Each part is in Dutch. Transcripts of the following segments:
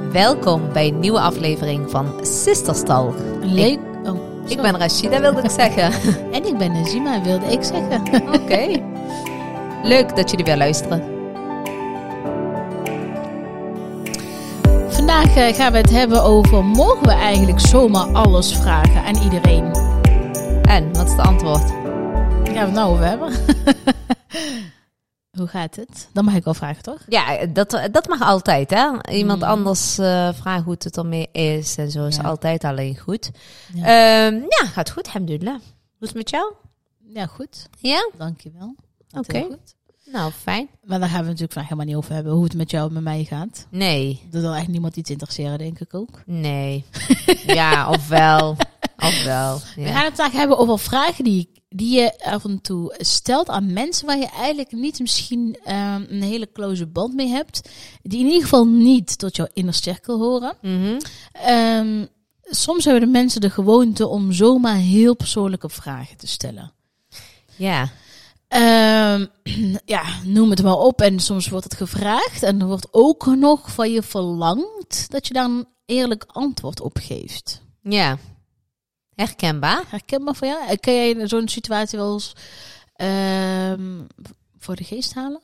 Welkom bij een nieuwe aflevering van Sisterstalk. Leuk. Ik ben Rashida, wilde ik zeggen. En ik ben Nazima, wilde ik zeggen. Oké. Leuk dat jullie weer luisteren. Vandaag gaan we het hebben over, mogen we eigenlijk zomaar alles vragen aan iedereen? En, wat is het antwoord? Daar gaan we het nou over hebben. Hoe gaat het? Dat mag ik wel vragen, toch? Ja, dat mag altijd, hè? Iemand anders vragen hoe het ermee is en zo is altijd alleen goed. Ja, gaat goed, alhamdulillah. Hoe is het met jou? Ja, goed. Ja? Dankjewel. Oké. Nou, fijn. Maar daar gaan we natuurlijk vandaag helemaal niet over hebben, hoe het met jou en met mij gaat. Nee. Dat wil echt niemand iets interesseren, denk ik ook. Nee. Ja, ofwel. Ja. We gaan het vandaag hebben over vragen die je af en toe stelt aan mensen waar je eigenlijk niet misschien een hele close band mee hebt. Die in ieder geval niet tot jouw inner cirkel horen. Mm-hmm. Soms hebben de mensen de gewoonte om zomaar heel persoonlijke vragen te stellen. Ja. Noem het maar op. En soms wordt het gevraagd. En er wordt ook nog van je verlangd dat je daar een eerlijk antwoord op geeft. Ja. Herkenbaar. Herkenbaar van jou? Kan jij zo'n situatie wel eens voor de geest halen?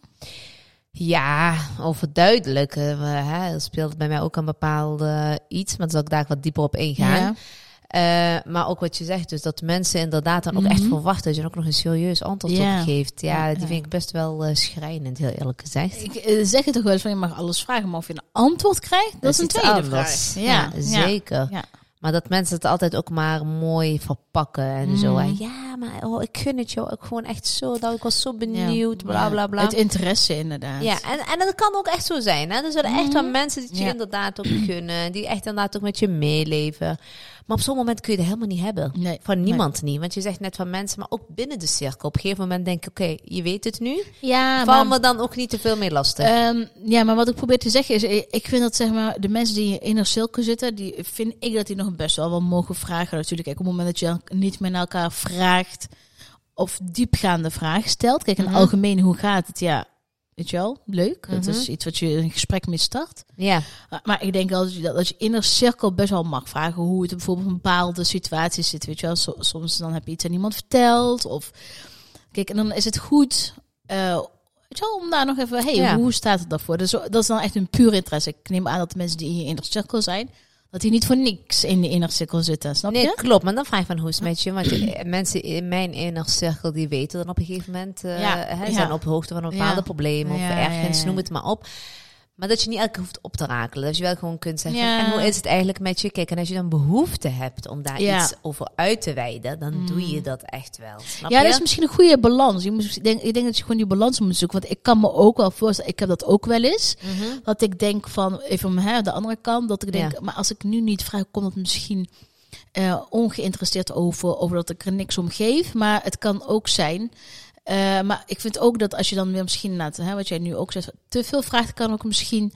Ja, overduidelijk. Er speelt bij mij ook een bepaalde iets, maar daar zal ik daar wat dieper op ingaan. Ja. Maar ook wat je zegt, dus dat mensen inderdaad dan ook echt verwachten dat je er ook nog een serieus antwoord op geeft. Ja, die vind ik best wel schrijnend, heel eerlijk gezegd. Ik zeg het toch wel eens van, je mag alles vragen, maar of je een antwoord krijgt, dat is een tweede vraag. Ja, zeker. Ja. Maar dat mensen het altijd ook maar mooi verpakken en zo. En ja, maar ik gun het jou ook gewoon echt zo. Dat ik was zo benieuwd, bla bla bla. Het interesse inderdaad. Ja, en dat kan ook echt zo zijn. Hè? Er zijn echt wel mensen die je inderdaad ook gunnen. Die echt inderdaad ook met je meeleven. Maar op zo'n moment kun je het helemaal niet hebben. Nee, van niemand niet. Want je zegt net van mensen, maar ook binnen de cirkel. Op een gegeven moment denk ik, oké, je weet het nu. Ja, val me dan ook niet te veel mee lastig. Maar wat ik probeer te zeggen is, ik vind dat zeg maar de mensen die in je inner cirkel zitten, die vind ik dat die nog best wel mogen vragen. Natuurlijk, kijk, op het moment dat je niet meer naar elkaar vraagt of diepgaande vragen stelt. Kijk, in algemeen, hoe gaat het? Ja, weet je wel, leuk. Dat is iets wat je een gesprek mee start. Ja. Maar ik denk wel dat je inner cirkel best wel mag vragen hoe het bijvoorbeeld in bepaalde situaties zit. Weet je wel, soms dan heb je iets aan iemand verteld. Of kijk, en dan is het goed weet je wel, om daar nog even, hoe staat het daarvoor? Dus dat is dan echt een puur interesse. Ik neem aan dat de mensen die in je inner cirkel zijn, dat die niet voor niks in de inner cirkel zitten, snap je? Nee, klopt. Maar dan vraag je van, hoe is het met je? Want mensen in mijn inner cirkel, die weten dan op een gegeven moment, zijn op de hoogte van een bepaalde probleem of ergens, noem het maar op. Maar dat je niet elke keer hoeft op te rakelen. Dat je wel gewoon kunt zeggen, en hoe is het eigenlijk met je? Kijk, en als je dan behoefte hebt om daar iets over uit te wijden, dan doe je dat echt wel. Snap je? Dat is misschien een goede balans. Ik denk dat je gewoon die balans moet zoeken. Want ik kan me ook wel voorstellen, ik heb dat ook wel eens. Dat ik denk van, even de andere kant, dat ik denk, maar als ik nu niet vraag, komt het misschien ongeïnteresseerd over dat ik er niks om geef. Maar het kan ook zijn. Maar ik vind ook dat als je dan weer misschien, wat jij nu ook zegt, te veel vraagt, kan ook misschien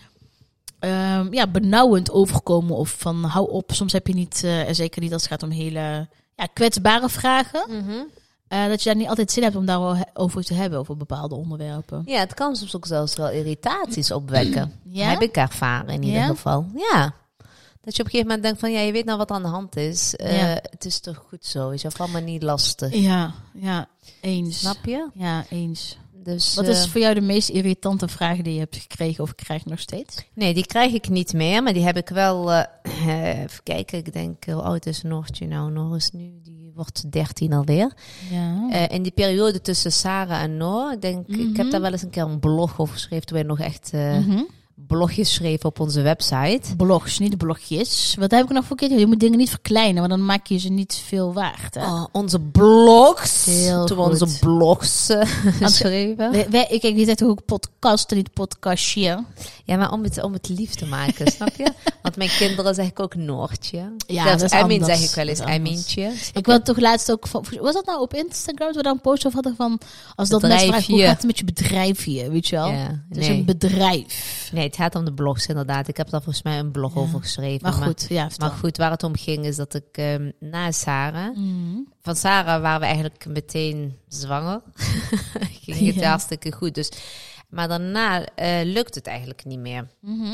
benauwend overkomen. Of van, hou op, soms heb je niet, zeker niet als het gaat om hele kwetsbare vragen. Dat je daar niet altijd zin hebt om daarover te hebben, over bepaalde onderwerpen. Ja, het kan soms ook zelfs wel irritaties opwekken. Heb ik ervaren in ieder geval. Ja. Dat je op een gegeven moment denkt van, je weet nou wat aan de hand is. Het is toch goed zo, is val me niet lastig. Ja, eens. Snap je? Ja, eens. Dus, wat is voor jou de meest irritante vraag die je hebt gekregen of krijg je nog steeds? Nee, die krijg ik niet meer, maar die heb ik wel... even kijken, ik denk, hoe oud is Noortje nou? Noor is nu, die wordt 13 alweer. Ja. In die periode tussen Sarah en Noor, ik denk, ik heb daar wel eens een keer een blog over geschreven, toen wij nog echt... blogjes schreven op onze website. Blogs, niet blogjes. Wat heb ik nog voor keer? Je moet dingen niet verkleinen, want dan maak je ze niet veel waard. Hè? Oh, onze blogs. Heel toen goed. we onze blogs schreven. Kijk, je zegt ook podcast en niet podcastje. Ja, maar om het lief te maken, snap je? Want mijn kinderen zeg ik ook Noortje. Ja, zelfs dat is Emin anders. zeg ik wel eens Emientje. Ik wil toch laatst ook van... Was dat nou op Instagram? Dat we daar een post over hadden van... Als dat mensen vragen, hoe gaat het met je bedrijfje? Weet je wel? Ja, het is een bedrijf. Nee, het gaat om de blogs inderdaad. Ik heb daar volgens mij een blog over geschreven. Maar goed, waar het om ging is dat ik na Sarah... Van Sarah waren we eigenlijk meteen zwanger. Ging het hartstikke goed. Dus, maar daarna lukt het eigenlijk niet meer.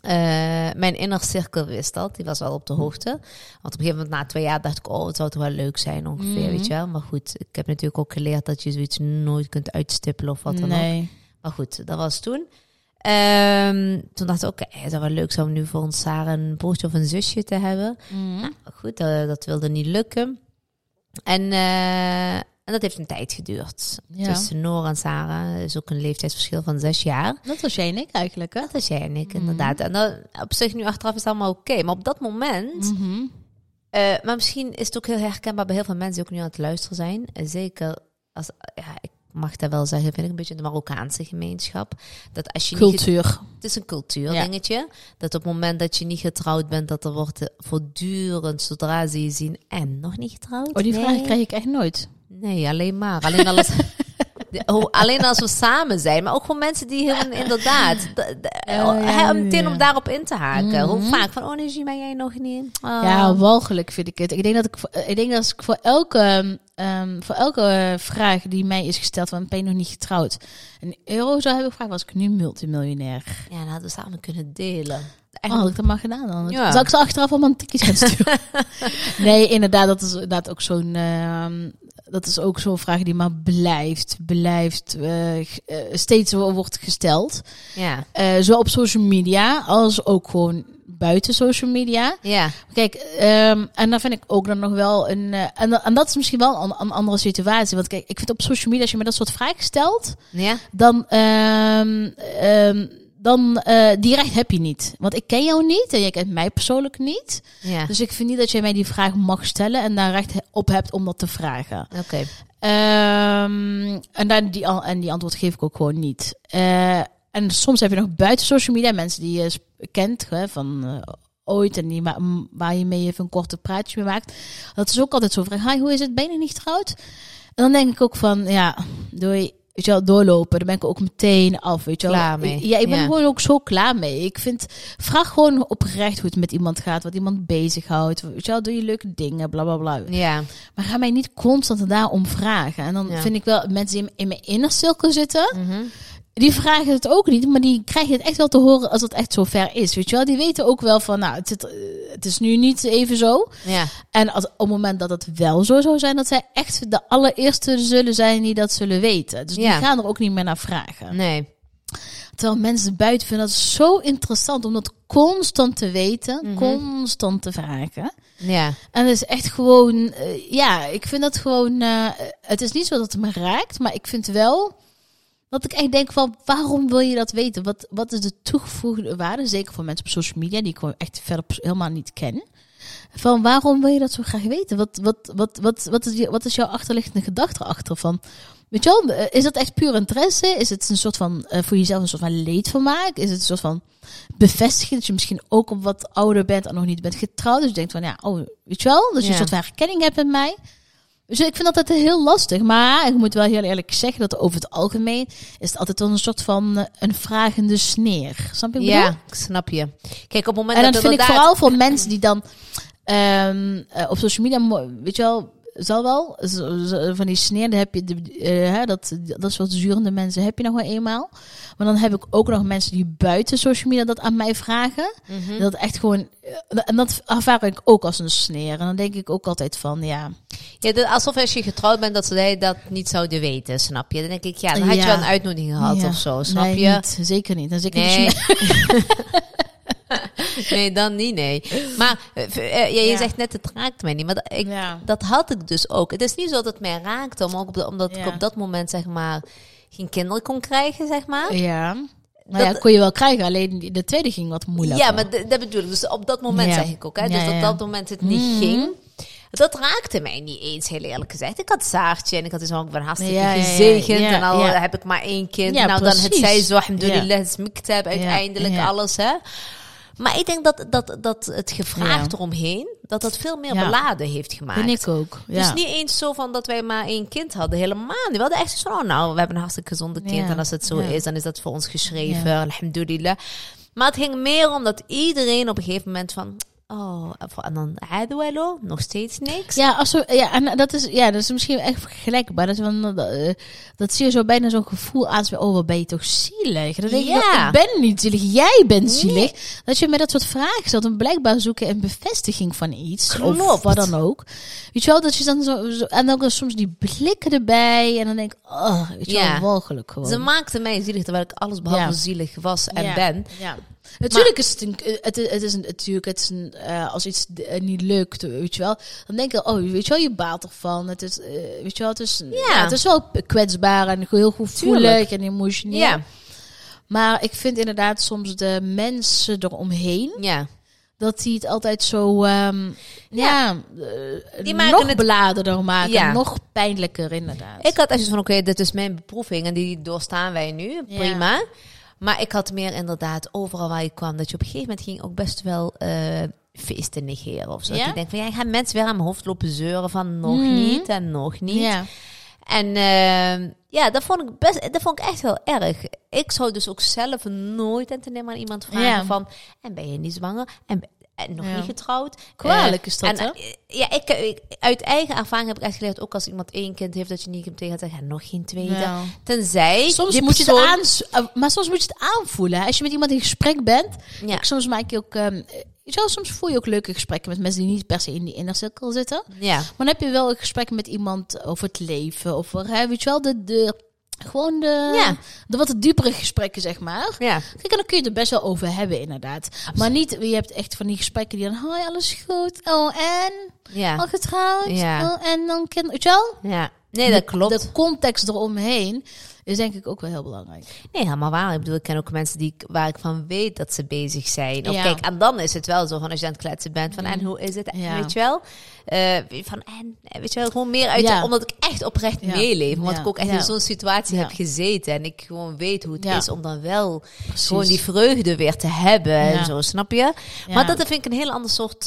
Mijn innercirkel wist dat. Die was wel op de hoogte. Want op een gegeven moment na 2 jaar dacht ik... het zou toch wel leuk zijn ongeveer, weet je wel. Maar goed, ik heb natuurlijk ook geleerd... dat je zoiets nooit kunt uitstippelen of wat dan ook. Maar goed, dat was toen. Toen dacht ik, oké, het zou wel leuk zijn... om nu voor ons Sarah een broertje of een zusje te hebben. Nou, goed, dat wilde niet lukken. En dat heeft een tijd geduurd. Ja. Tussen Noor en Sarah is ook een leeftijdsverschil van 6 jaar. Dat was jij en ik eigenlijk, hè? Dat was jij en ik, inderdaad. En dat, op zich nu achteraf is het allemaal oké. Maar op dat moment... maar misschien is het ook heel herkenbaar bij heel veel mensen... die ook nu aan het luisteren zijn. Zeker als... ik mag dat wel zeggen, vind ik een beetje de Marokkaanse gemeenschap. Dat als je cultuur. Het is een cultuurdingetje. Dat op het moment dat je niet getrouwd bent... dat er wordt voortdurend, zodra ze je zien... en nog niet getrouwd? Die vraag krijg ik echt nooit. Nee, alleen maar. Alleen als we samen zijn. Maar ook gewoon mensen die inderdaad... meteen om daarop in te haken. Hoe vaak van, nee, zie maar jij nog niet. Ja, walgelijk vind ik het. Ik denk dat ik voor elke vraag die mij is gesteld... van ben je nog niet getrouwd? €1 zou hebben gevraagd, was ik nu multimiljonair. Ja, dan hadden we samen kunnen delen. Had ik dat maar gedaan dan? Ja. Zal ik ze achteraf allemaal een tikjes gaan sturen? Nee, inderdaad, dat is inderdaad ook zo'n... dat is ook zo'n vraag die maar blijft steeds wordt gesteld. Ja. Zowel op social media als ook gewoon buiten social media. Ja. Kijk, en dan vind ik ook dan nog wel een... en dat is misschien wel een andere situatie. Want kijk, ik vind op social media, als je me dat soort vragen stelt... Ja. Dan die recht heb je niet. Want ik ken jou niet en jij kent mij persoonlijk niet. Ja. Dus ik vind niet dat jij mij die vraag mag stellen en daar recht op hebt om dat te vragen. Oké. En die antwoord geef ik ook gewoon niet. En soms heb je nog buiten social media mensen die je kent van ooit en waar je mee even een korte praatje mee maakt. Dat is ook altijd zo'n vraag. Hi, hoe is het? Ben je niet getrouwd? En dan denk ik ook van, ja, doei. Weet je wel, doorlopen. Daar ben ik ook meteen af. Weet je wel. Klaar mee. Ja, ik ben gewoon ook zo klaar mee. Ik vind, vraag gewoon oprecht hoe het met iemand gaat. Wat iemand bezighoudt. Weet je wel, doe je leuke dingen, bla bla bla. Ja. Maar ga mij niet constant daarom vragen. En dan vind ik wel, mensen die in mijn innercirkel zitten... Die vragen het ook niet, maar die krijgen het echt wel te horen als het echt zo ver is. Weet je wel, die weten ook wel van, nou, het is nu niet even zo. Ja. En op het moment dat het wel zo zou zijn, dat zij echt de allereerste zullen zijn die dat zullen weten. Dus die gaan er ook niet meer naar vragen. Nee. Terwijl mensen buiten vinden dat zo interessant om dat constant te weten, constant te vragen. Ja. En het is echt gewoon, ik vind dat gewoon, het is niet zo dat het me raakt, maar ik vind wel... Dat ik echt denk van, waarom wil je dat weten? Wat is de toegevoegde waarde? Zeker voor mensen op social media, die ik gewoon echt verder helemaal niet ken. Van, waarom wil je dat zo graag weten? Wat is jouw achterliggende gedachte erachter? Van, weet je wel, is dat echt puur interesse? Is het een soort van, voor jezelf een soort van leedvermaak? Is het een soort van bevestiging dat je misschien ook op wat ouder bent en nog niet bent getrouwd? Dus je denkt van, weet je wel, dat je een soort van herkenning hebt met mij. Dus ik vind dat het heel lastig. Maar ik moet wel heel eerlijk zeggen dat over het algemeen is het altijd wel een soort van een vragende sneer. Snap je wat ik bedoel? Ja, ik snap je. Kijk, op het moment en dan dat vind ik vooral voor mensen die dan op social media, weet je wel, zal wel van die sneer, dan heb je dat soort zurende mensen heb je nog wel eenmaal. Maar dan heb ik ook nog mensen die buiten social media dat aan mij vragen. Dat echt gewoon, en dat ervaar ik ook als een sneer. En dan denk ik ook altijd van, alsof als je getrouwd bent dat ze dat niet zouden weten, snap je? Dan denk ik, dan had je wel een uitnodiging gehad of zo, snap je? Niet, zeker niet. Dan zeker nee. Nee, dan niet, nee. Maar je zegt net, het raakt mij niet. Maar dat had ik dus ook. Het is niet zo dat het mij raakte, maar ook omdat ik op dat moment, zeg maar, geen kinderen kon krijgen, zeg maar. Ja. Nou dat kon je wel krijgen, alleen de tweede ging wat moeilijker. Ja, maar dat bedoel ik. Dus op dat moment zeg ik ook. Hè, dus op dat moment het niet ging. Dat raakte mij niet eens, heel eerlijk gezegd. Ik had Saartje en ik had dus ook hartstikke gezegend. En al heb ik maar 1 kind. Ja, nou, precies. dan het zij zo, alhamdulillah, het miktab, uiteindelijk alles, hè. Maar ik denk dat het gevraagd eromheen, dat veel meer beladen heeft gemaakt. Ben ik ook. Ja. Dus niet eens zo van dat wij maar 1 kind hadden, helemaal niet. We hadden echt zo van, we hebben een hartstikke gezonde kind. En als het zo is, dan is dat voor ons geschreven, alhamdulillah. Maar het ging meer om dat iedereen op een gegeven moment van, en dan duelo, nog steeds niks. Ja, en dat is misschien echt vergelijkbaar. Dat zie je zo bijna zo'n gevoel aan. Wat ben je toch zielig? Dan denk ik ben niet zielig, jij bent zielig. Nee. Dat je met dat soort vragen stelt en blijkbaar zoeken een bevestiging van iets. Klopt. Of wat dan ook. Weet je wel, dat je dan zo en dan soms die blikken erbij. En dan denk ik, weet je wel, walgelijk gewoon. Ze maakte mij zielig, terwijl ik alles behalve zielig was en ben. Ja. Natuurlijk is het als iets niet lukt, weet je wel, dan denk je, weet je wel, je baalt ervan. Het is, weet je wel, het is wel kwetsbaar en heel gevoelig en emotioneel. Ja. Maar ik vind inderdaad soms de mensen eromheen, dat die het altijd zo, die maken nog beladerder maken, nog pijnlijker inderdaad. Ik had echt van, dit is mijn beproeving en die doorstaan wij nu, prima. Maar ik had meer inderdaad overal waar je kwam, dat je op een gegeven moment ging ook best wel feesten negeren of zo. Ja? Ik denk van, ik ga mensen weer aan mijn hoofd lopen zeuren van nog niet en nog niet. Ja. En dat vond ik echt heel erg. Ik zou dus ook zelf nooit en te nemen aan iemand vragen van, en ben je niet zwanger? En nog niet getrouwd. Kwalijk is dat, hè? Ik uit eigen ervaring heb ik echt geleerd, ook als iemand 1 kind heeft, dat je niet tegen gaat zeggen, nog geen tweede. Ja. Tenzij soms moet je maar soms moet je het aanvoelen. Als je met iemand in gesprek bent, soms maak je ook soms voel je ook leuke gesprekken met mensen die niet per se in die inner cirkel zitten. Ja. Maar dan heb je wel een gesprek met iemand over het leven, over, weet je wel, de wat diepere gesprekken, zeg maar. Ja. Kijk, en dan kun je het er best wel over hebben, inderdaad. Absoluut. Maar niet, je hebt echt van die gesprekken die dan, hoi, alles goed. Oh, en? Ja. Al getrouwd? Ja. Oh, en dan weet je wel? Ja. Nee, dat klopt. De context eromheen is denk ik ook wel heel belangrijk. Nee, helemaal waar. Ik bedoel, ik ken ook mensen waar ik van weet dat ze bezig zijn. Of kijk, en dan is het wel zo van als je aan het kletsen bent van en hoe is het? Ja. Weet je wel? Weet je wel, gewoon meer uit omdat ik echt oprecht meeleef. Want ik ook echt in zo'n situatie heb gezeten. En ik gewoon weet hoe het is om dan wel gewoon die vreugde weer te hebben. En zo, snap je? Ja. Maar dat vind ik een heel ander soort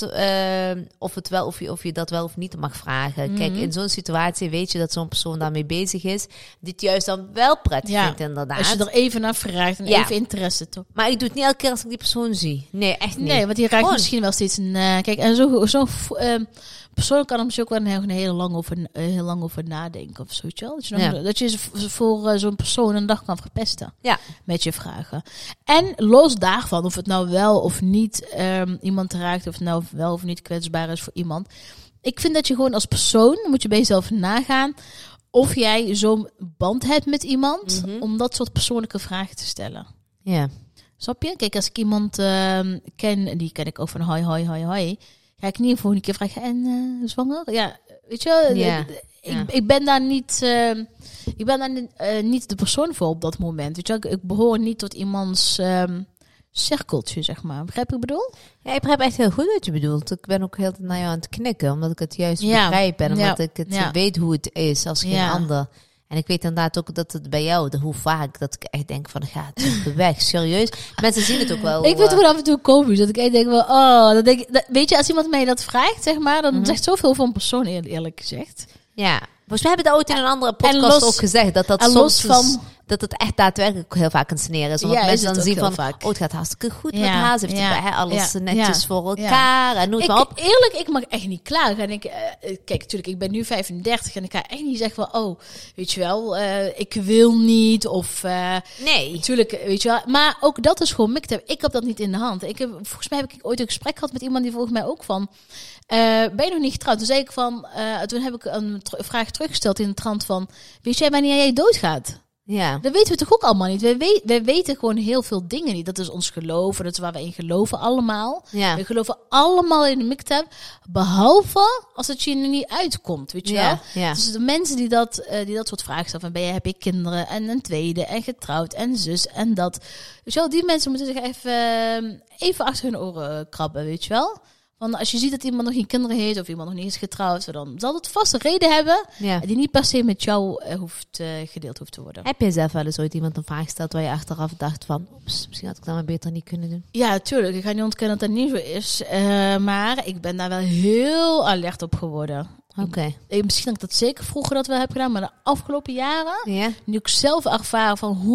of je dat wel of niet mag vragen. Kijk, in zo'n situatie weet je dat zo'n persoon daarmee bezig is. Die het juist dan wel prettig vindt, inderdaad. Als je er even naar vraagt en even interesse toch. Maar ik doe het niet elke keer als ik die persoon zie. Nee, echt niet. Nee, want die raakt misschien wel steeds een... kijk, en zo'n persoon kan er misschien ook wel heel lang over nadenken of zoiets wel. Dat je voor zo'n persoon een dag kan verpesten met je vragen. En los daarvan, of het nou wel of niet iemand raakt, of het nou wel of niet kwetsbaar is voor iemand. Ik vind dat je gewoon als persoon, moet je bij jezelf nagaan, of jij zo'n band hebt met iemand om dat soort persoonlijke vragen te stellen. Ja. Snap je? Kijk, als ik iemand ken, die ken ik ook van hoi. Ga ik niet voor een keer vragen, en zwanger? Ja, weet je, ik ben daar niet, niet de persoon voor op dat moment. Weet je, ik behoor niet tot iemands cirkeltje, zeg maar. Begrijp je wat ik bedoel? Ja, ik begrijp echt heel goed wat je bedoelt. Ik ben ook heel naar jou aan het knikken, omdat ik het juist begrijp en omdat ik het weet hoe het is als geen ander. En ik weet inderdaad ook dat het bij jou, hoe vaak, dat ik echt denk van, ga het weg, serieus. Mensen zien het ook wel. Ik vind het gewoon af en toe komisch, dat ik echt denk van, weet je, als iemand mij dat vraagt, zeg maar, dan zegt zoveel van een persoon, eerlijk gezegd. Ja, volgens mij hebben we dat ooit in een andere podcast ook gezegd, dat soms van... Dat het echt daadwerkelijk heel vaak een sneer is. Omdat mensen dan zien van, het gaat hartstikke goed met haar. Ze heeft alles netjes voor elkaar. En noem het maar op. Eerlijk, ik mag echt niet klagen. En kijk, natuurlijk, ik ben nu 35 en ik ga echt niet zeggen van, weet je wel, ik wil niet. Of, nee. Natuurlijk, weet je wel. Maar ook dat is gewoon mikt. Ik heb dat niet in de hand. Volgens mij heb ik ooit een gesprek gehad met iemand die volgens mij ook van, ben je nog niet getrouwd? Toen zei ik van, toen heb ik een vraag teruggesteld in de trant van, weet jij wanneer jij doodgaat? Ja. Dat weten we toch ook allemaal niet. Wij weten gewoon heel veel dingen niet. Dat is ons geloven. Dat is waar we in geloven allemaal. Ja. We geloven allemaal in de miktab. Behalve als het je er niet uitkomt. Weet je wel? Ja. Dus de mensen die dat soort vragen stellen. Van, heb ik kinderen en een tweede en getrouwd en zus en dat. Weet je wel? Die mensen moeten zich even achter hun oren krabben. Weet je wel? Want als je ziet dat iemand nog geen kinderen heeft of iemand nog niet is getrouwd, dan zal het vast een reden hebben die niet per se met jou gedeeld hoeft te worden. Heb je zelf wel eens ooit iemand een vraag gesteld waar je achteraf dacht van, misschien had ik dat maar beter niet kunnen doen? Ja, tuurlijk. Ik ga niet ontkennen dat dat niet zo is. Maar ik ben daar wel heel alert op geworden. Oké. Misschien had ik dat zeker vroeger dat wel heb gedaan, maar de afgelopen jaren, nu ik zelf ervaren van hoe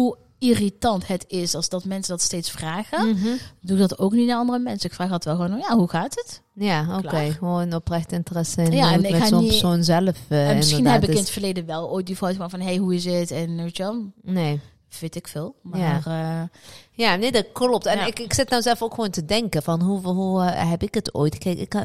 irritant het is als dat mensen dat steeds vragen, doe ik dat ook niet naar andere mensen. Ik vraag altijd wel gewoon, hoe gaat het? Ja, oké. Gewoon oprecht interesse in ja, en ik met zo'n persoon zelf. En misschien heb ik in het verleden wel ooit die foto van hey, hoe is het? En weet je wel? Nee. Weet ik veel. Maar, ja, nee, dat klopt. En ik zit nou zelf ook gewoon te denken van hoe heb ik het ooit? Kijk,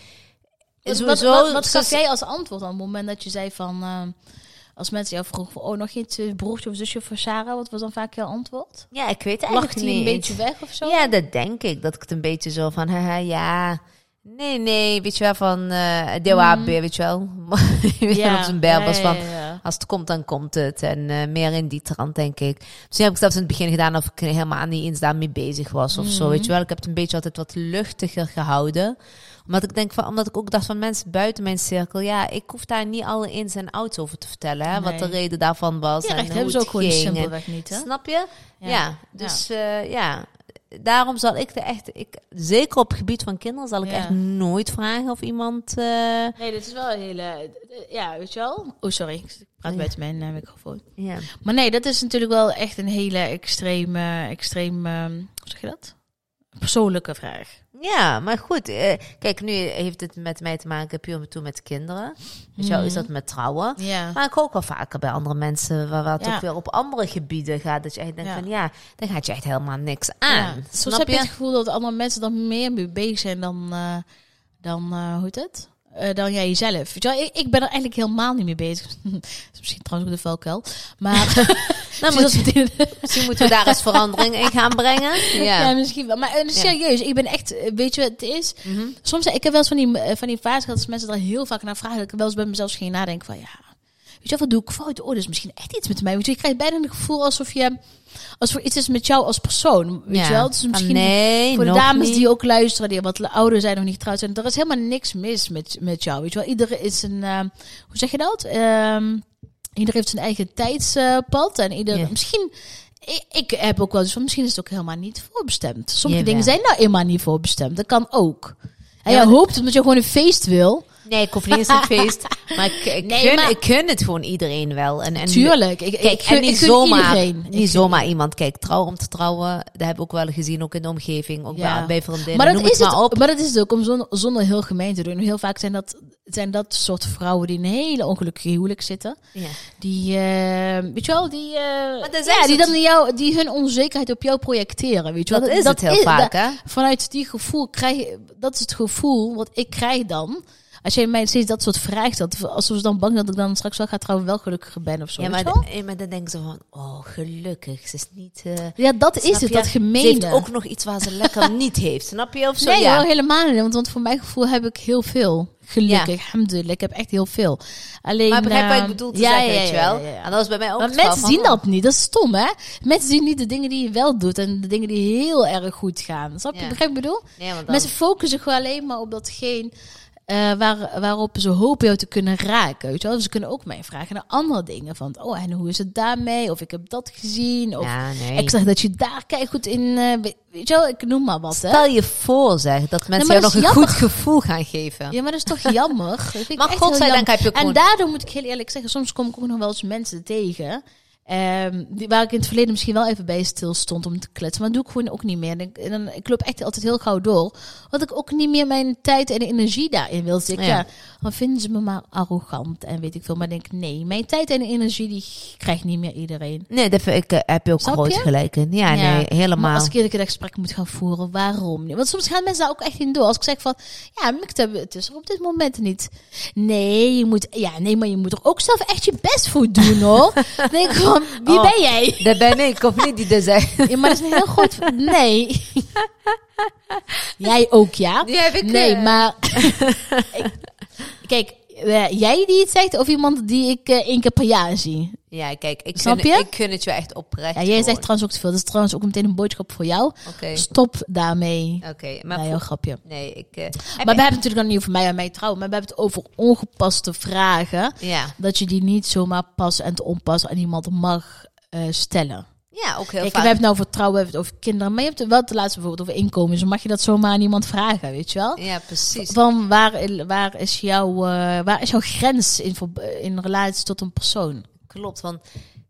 wat gaf jij als antwoord aan het moment dat je zei van... als mensen jou vroegen van, nog geen broertje of zusje voor Sarah, wat was dan vaak jouw antwoord? Ja, ik weet eigenlijk niet. Lag die een beetje weg of zo? Ja, dat denk ik. Dat ik het een beetje zo van, ja... Nee, weet je wel, van weet je wel. Op zijn Berbers van, als het komt, dan komt het. En meer in die trant, denk ik. Misschien heb ik zelfs in het begin gedaan of ik helemaal niet eens daarmee bezig was of zo, weet je wel. Ik heb het een beetje altijd wat luchtiger gehouden. Omdat ik ook dacht van mensen buiten mijn cirkel, ja, ik hoef daar niet alle ins en outs over te vertellen, hè, wat de reden daarvan was. Ja, en hoe hebben ze het ook gewoon ging. simpelweg niet, hè? Snap je? Ja. Dus daarom zal ik zeker op het gebied van kinderen, zal ik echt nooit vragen of iemand... Nee, dit is wel een hele... Ja, weet je wel? Oh, sorry. Ik praat buiten mijn microfoon. Ja. Maar nee, dat is natuurlijk wel echt een hele extreem hoe zeg je dat? Persoonlijke vraag. Ja, maar goed. Kijk, nu heeft het met mij te maken puur met kinderen. Dus jou is dat met trouwen. Ja. Maar ik hoor ook wel vaker bij andere mensen waar het ook weer op andere gebieden gaat. Dat je echt denkt van dan gaat je echt helemaal niks aan. Ja. Soms heb je het gevoel dat andere mensen dan meer mee bezig zijn dan hoe heet het? Dan jij jezelf. Weet je wel, ik ben er eigenlijk helemaal niet mee bezig. Dat is misschien trouwens ook de valkuil. Maar misschien moeten we daar eens verandering in gaan brengen. Ja, misschien wel. Maar serieus, ik ben echt, weet je wat het is? Soms, ik heb wel eens van die fase gehad, als mensen er heel vaak naar vragen, dat ik wel eens bij mezelf ging nadenken van, weet je wat doe ik fout? Dat is misschien echt iets met mij. Want je krijgt bijna het gevoel alsof er iets is met jou als persoon. Weet je wel? Dus misschien voor de dames niet. Die ook luisteren, die wat ouder zijn, nog niet getrouwd zijn. Er is helemaal niks mis met jou. Weet je wel? Iedereen is een... hoe zeg je dat? Iedereen heeft zijn eigen tijdspad. En misschien... Ik heb ook wel eens van... Misschien is het ook helemaal niet voorbestemd. Sommige dingen zijn nou eenmaal niet voorbestemd. Dat kan ook. En jij hoopt omdat je gewoon een feest wil... Nee, ik hoef niet eens een feest. Maar ik gun het gewoon iedereen wel. Tuurlijk. Ik gun iedereen. Niet zomaar iemand. Kijk, trouwen om te trouwen. Dat hebben we ook wel gezien. Ook in de omgeving. Ook bij vriendinnen. Maar dat is het ook. Om zonder heel gemeen te doen. Heel vaak zijn dat soort vrouwen die in een hele ongelukkige huwelijk zitten. Ja. Die, weet je wel, die dan die hun onzekerheid op jou projecteren. Weet je wel? Dat is het heel vaak, hè? Vanuit die gevoel dat is het gevoel wat ik krijg dan. Als jij mij steeds dat soort vraagt, alsof ze dan bang dat ik dan straks wel ga trouwen, wel gelukkiger ben of zo. Ja, maar dan denken ze van, gelukkig. Ze is niet... ja, dat is het, dat gemene. Ze heeft ook nog iets waar ze lekker niet heeft, snap je? Of zo? Nee, helemaal niet. Want voor mijn gevoel heb ik heel veel. Gelukkig, alhamdulillah. Ik heb echt heel veel. Alleen, maar begrijp wat ik bedoel te zeggen, weet je wel? En dat was bij mij ook maar mensen zien dat niet. Dat is stom, hè? Mensen zien niet de dingen die je wel doet en de dingen die heel erg goed gaan. Snap je? Begrijp ik bedoel? Nee, mensen focussen gewoon alleen maar op datgene... waarop ze hopen jou te kunnen raken. Weet je wel? Ze kunnen ook mij vragen naar andere dingen. Van, en hoe is het daarmee? Of ik heb dat gezien. Of ik zeg dat je daar goed in... weet je wel, ik noem maar wat. Stel je voor, zeg, dat mensen jou nog een goed gevoel gaan geven. Ja, maar dat is toch jammer? Maar godzijdank heb je ook en daardoor moet ik heel eerlijk zeggen, soms kom ik ook nog wel eens mensen tegen... waar ik in het verleden misschien wel even bij stil stond om te kletsen. Maar dat doe ik gewoon ook niet meer. Ik loop echt altijd heel gauw door. Want ik ook niet meer mijn tijd en energie daarin wil. Dus dan vinden ze me maar arrogant en weet ik veel. Maar ik denk, nee, mijn tijd en energie die krijgt niet meer iedereen. Nee, dat heb je ook groot gelijk in. Ja, nee, helemaal. Maar als ik een gesprek moet gaan voeren, waarom niet? Want soms gaan mensen daar ook echt in door. Als ik zeg van, het is er op dit moment niet. Nee, maar je moet er ook zelf echt je best voor doen, hoor. Dan denk ik gewoon, wie ben jij? Dat ben ik, of niet die dat zegt. Ja, maar dat is een heel goed... Nee. Jij ook, ja? Die heb ik... Nee, maar... Kijk, jij die het zegt of iemand die ik 1 keer per jaar zie? Ja, kijk, ik gun het je echt oprecht. Ja, jij zegt trouwens ook te veel. Dat is trouwens ook meteen een boodschap voor jou. Okay. Stop daarmee. Oké, maar heel grapje. Nee, maar we hebben het natuurlijk dan niet over mij en mij trouwen. Maar we hebben het over ongepaste vragen. Ja. Dat je die niet zomaar pas en te onpas aan iemand mag stellen. Ja, ook heel vaak. We hebben het nou over trouwen, we hebben het over kinderen. Maar je hebt het wel te laatste bijvoorbeeld over inkomen. Dus mag je dat zomaar aan iemand vragen, weet je wel? Ja, precies. Van waar is jouw grens in relatie tot een persoon? Klopt, want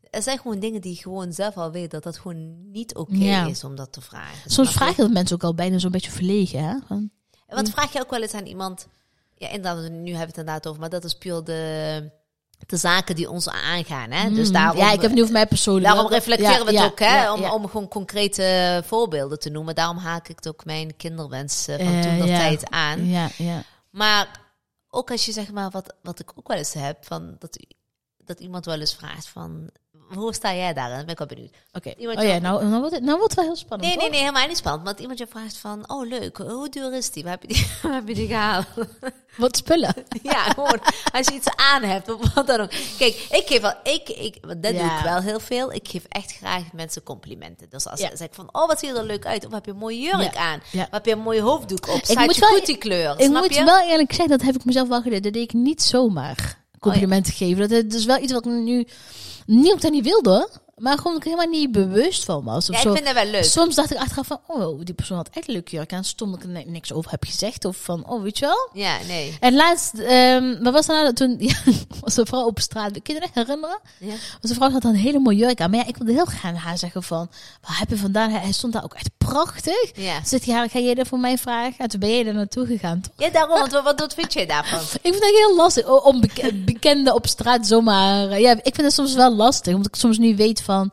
er zijn gewoon dingen die je gewoon zelf al weet dat gewoon niet oké is om dat te vragen. Soms vraag je dat mensen ook al bijna zo'n beetje verlegen, hè? Want vraag je ook wel eens aan iemand... Ja, inderdaad, nu hebben we het inderdaad over, maar dat is puur de zaken die ons aangaan. Hè? Dus daarom, ik heb het nu over mij persoonlijk. Daarom reflecteren we het ook, hè? Om gewoon concrete voorbeelden te noemen. Daarom haak ik het ook mijn kinderwens van toen de tijd aan. Ja. Maar ook als je zeg maar, wat ik ook wel eens heb, van dat iemand wel eens vraagt van... Hoe sta jij daar? Dan ben ik wel benieuwd. Oké. Nou wordt het wel heel spannend. Nee, helemaal niet spannend. Want iemand je vraagt van, oh leuk, hoe duur is die? Waar heb je die gehaald? Wat spullen? Ja, gewoon als je iets aan hebt of wat dan ook. Kijk, ik geef wel, dat doe ik wel heel veel. Ik geef echt graag mensen complimenten. Dus als ze zeggen van, oh wat zie je er leuk uit? Of heb je een mooie jurk aan? Of heb je een mooie hoofddoek op? Staat je goed die kleur? Ik moet wel eerlijk zeggen, dat heb ik mezelf wel gedaan. Dat deed ik niet zomaar complimenten geven. Dat is wel iets wat ik nu... Niet omdat ik niet wilde, maar gewoon ik helemaal niet bewust van was. Ik vind dat wel leuk. Soms dacht ik achteraf van, oh, die persoon had echt een leuke jurk aan. Stom dat ik niks over heb gezegd. Of van, oh, weet je wel? Ja, nee. En laatst, wat was er nou toen? Was een vrouw op straat. Kun je dat herinneren? Ja. Was een vrouw had dan een hele mooie jurk aan. Maar ik wilde heel graag haar zeggen van, waar heb je vandaan? Hij stond daar ook echt prachtig. Ja. Zit ga jij dat voor mij vragen? En toen ben je er naartoe gegaan, toch? Ja, daarom. Wat vind jij daarvan? Ik vind het heel lastig om bekenden op straat zomaar... Ja, ik vind het soms wel lastig. Omdat ik soms niet weet van...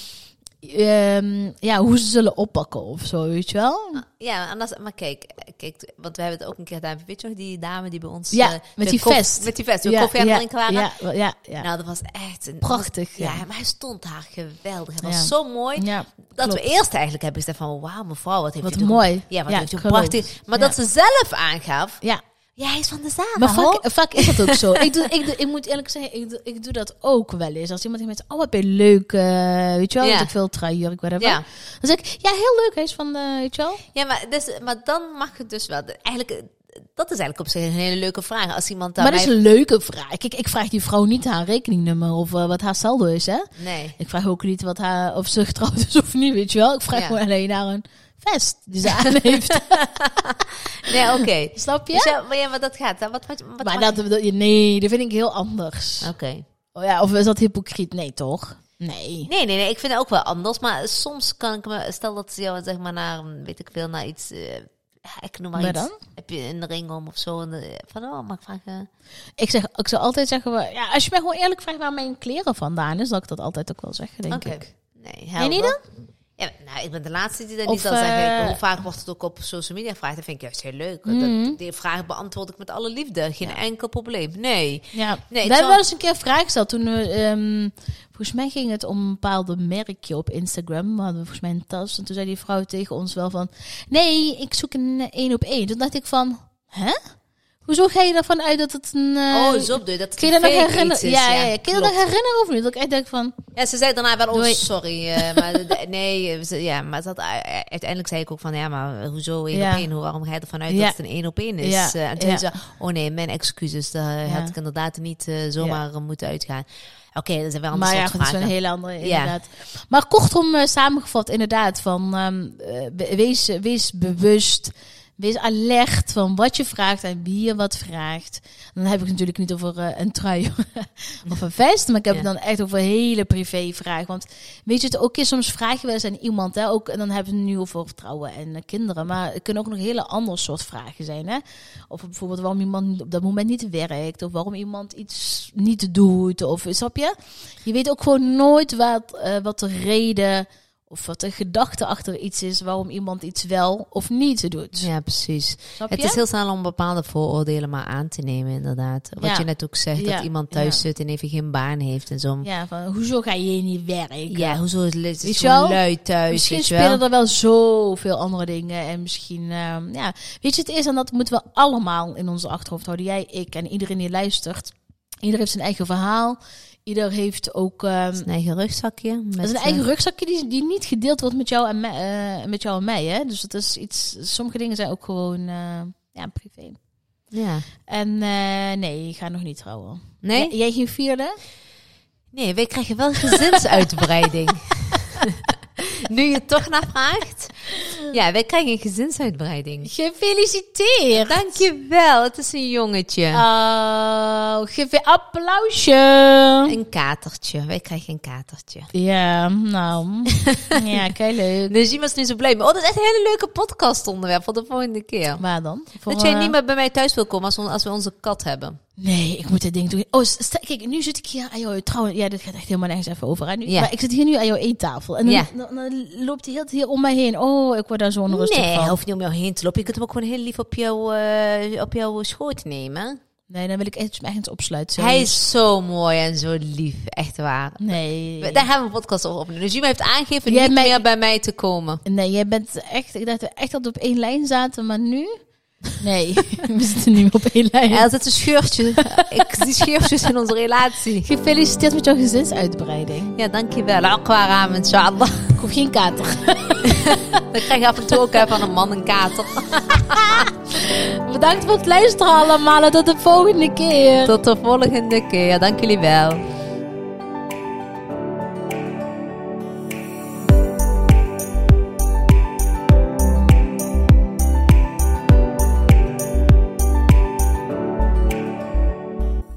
hoe ze zullen oppakken of zo, weet je wel? Ja, maar kijk, want we hebben het ook een keer gedaan. Weet je nog, die dame die bij ons... met die vest. Met die vest, toen we koffie aan het drinken waren. Ja. Nou, dat was echt... Prachtig. Maar hij stond daar geweldig. Hij was zo mooi. Ja, dat we eerst eigenlijk hebben gezegd van... Wauw, mevrouw, wat heeft wat u mooi. Ja, wat heeft u prachtig. Maar dat ze zelf aangaf... Ja, hij is van de Zara. Maar vaak is dat ook zo. Ik moet eerlijk zeggen, ik doe dat ook wel eens. Als iemand zegt, oh, wat ben je leuk, weet je wel, dat ik veel truijurk, whatever. Ja. Dan zeg ik, ja, heel leuk, hij is van, weet je wel. Ja, maar dan mag het dus wel. Eigenlijk, dat is eigenlijk op zich een hele leuke vraag. Als iemand maar dat is een leuke vraag. Ik vraag die vrouw niet haar rekeningnummer of wat haar saldo is, hè. Nee. Ik vraag ook niet of ze getrouwd is of niet, weet je wel. Ik vraag gewoon alleen naar een vest die ze aan heeft. Nee, oké. Snap je? Dus maar dat gaat. Nee, dat vind ik heel anders. Oké. Oh ja, of is dat hypocriet? Nee, toch? Nee. Nee. Ik vind het ook wel anders. Maar soms kan ik me... Stel dat ze jou zeg maar naar... Weet ik veel, naar iets... ik noem maar iets. Dan? Heb je een ring om of zo? Van, mag ik vragen? Ik zou altijd zeggen... Ja, als je mij gewoon eerlijk vraagt waar mijn kleren vandaan is... zal ik dat altijd ook wel zeggen, denk ik. Nee, helder. En niet dan? Ja, nou, ik ben de laatste die dat niet zal zeggen. Hoe vaak wordt het ook op social media gevraagd? Dat vind ik juist heel leuk. Die vraag beantwoord ik met alle liefde. Geen enkel probleem. Nee. Ja. We hebben wel eens een keer een vraag gesteld. Toen volgens mij ging het om een bepaalde merkje op Instagram. We hadden volgens mij een tas. En toen zei die vrouw tegen ons wel van... Nee, ik zoek een 1-op-1. Toen dacht ik van... Hè? Hoezo ga je ervan uit dat het een... zo bedoel je dat kun je dat nog herinneren? Ja. Kun je dat nog herinneren of niet? Dat ik echt denk van... Ja, ze zei daarna wel, sorry. Maar maar uiteindelijk zei ik ook van, ja, maar hoezo 1-op-1? Waarom ga je ervan uit dat het een 1-op-1 is? Ja. En toen zei ze, nee, mijn excuses. Daar had ik inderdaad niet zomaar moeten uitgaan. Oké, dat is wel een andere soort vragen. Maar ja, dat is een hele andere, inderdaad. Maar kortom samengevat, inderdaad, van wees bewust... Wees alert van wat je vraagt en wie je wat vraagt. Dan heb ik het natuurlijk niet over een trui of een vest. Maar ik heb het dan echt over hele privé vragen. Want weet je het ook is, soms vraag je wel eens aan iemand. Hè, ook, en dan hebben we het nu over vertrouwen en kinderen. Maar het kunnen ook nog hele andere soort vragen zijn. Hè? Of bijvoorbeeld waarom iemand op dat moment niet werkt. Of waarom iemand iets niet doet. Of snap je? Je weet ook gewoon nooit wat de reden... Of wat de gedachte achter iets is waarom iemand iets wel of niet doet. Ja, precies. Het is heel snel om bepaalde vooroordelen maar aan te nemen, inderdaad. Wat je net ook zegt, dat iemand thuis zit en even geen baan heeft en zo. Ja, van hoezo ga je niet werken? Ja, hoezo is het zo lui thuis? Misschien spelen er wel zoveel andere dingen. En misschien, weet je, het is en dat moeten we allemaal in onze achterhoofd houden. Jij, ik en iedereen die luistert. Ieder heeft zijn eigen verhaal. Ieder heeft ook... zijn eigen rugzakje. Dat is een eigen rugzakje die niet gedeeld wordt met jou en mij. Hè? Dus dat is iets... Sommige dingen zijn ook gewoon privé. Ja. En nee, ik ga nog niet trouwen. Nee? Jij geen vierde? Nee, wij krijgen wel gezinsuitbreiding. Nu je toch naar vraagt. Ja, wij krijgen een gezinsuitbreiding. Gefeliciteerd. Dankjewel, het is een jongetje. Geef je applausje. Een katertje, wij krijgen een katertje. Ja, nou. Ja, kijk leuk. Dus iemand is nu zo blij mee. Oh, dat is echt een hele leuke podcast onderwerp voor de volgende keer. Waar dan? Dat jij niet meer bij mij thuis wil komen als we onze kat hebben. Nee, ik moet dit ding doen. Oh, kijk, nu zit ik hier aan jou. Trouwens, ja, dit gaat echt helemaal nergens even over. Hè, nu. Ja. Maar ik zit hier nu aan jouw eettafel. En dan loopt hij heel om mij heen. Oh, ik word daar zo onrustig van. Nee, hij hoeft niet om jou heen te lopen. Je kunt hem ook gewoon heel lief op jouw schoot nemen. Nee, dan wil ik ergens opsluiten. Hij is zo mooi en zo lief. Echt waar. Nee. Daar hebben we een podcast over opgenomen. Dus Juma heeft aangegeven niet meer bij mij te komen. Nee, jij bent echt... Ik dacht dat we echt dat we op één lijn zaten, maar nu... Nee, we zitten niet meer op één lijn. Er zit een scheurtje. Ik zie scheurtjes in onze relatie. Gefeliciteerd met jouw gezinsuitbreiding. Ja, dankjewel. Aqwa raam, inshallah. Ik hoef geen kater. Dan krijg je af en toe ook van een man een kater. Bedankt voor het luisteren allemaal. Tot de volgende keer. Tot de volgende keer. Dank jullie wel.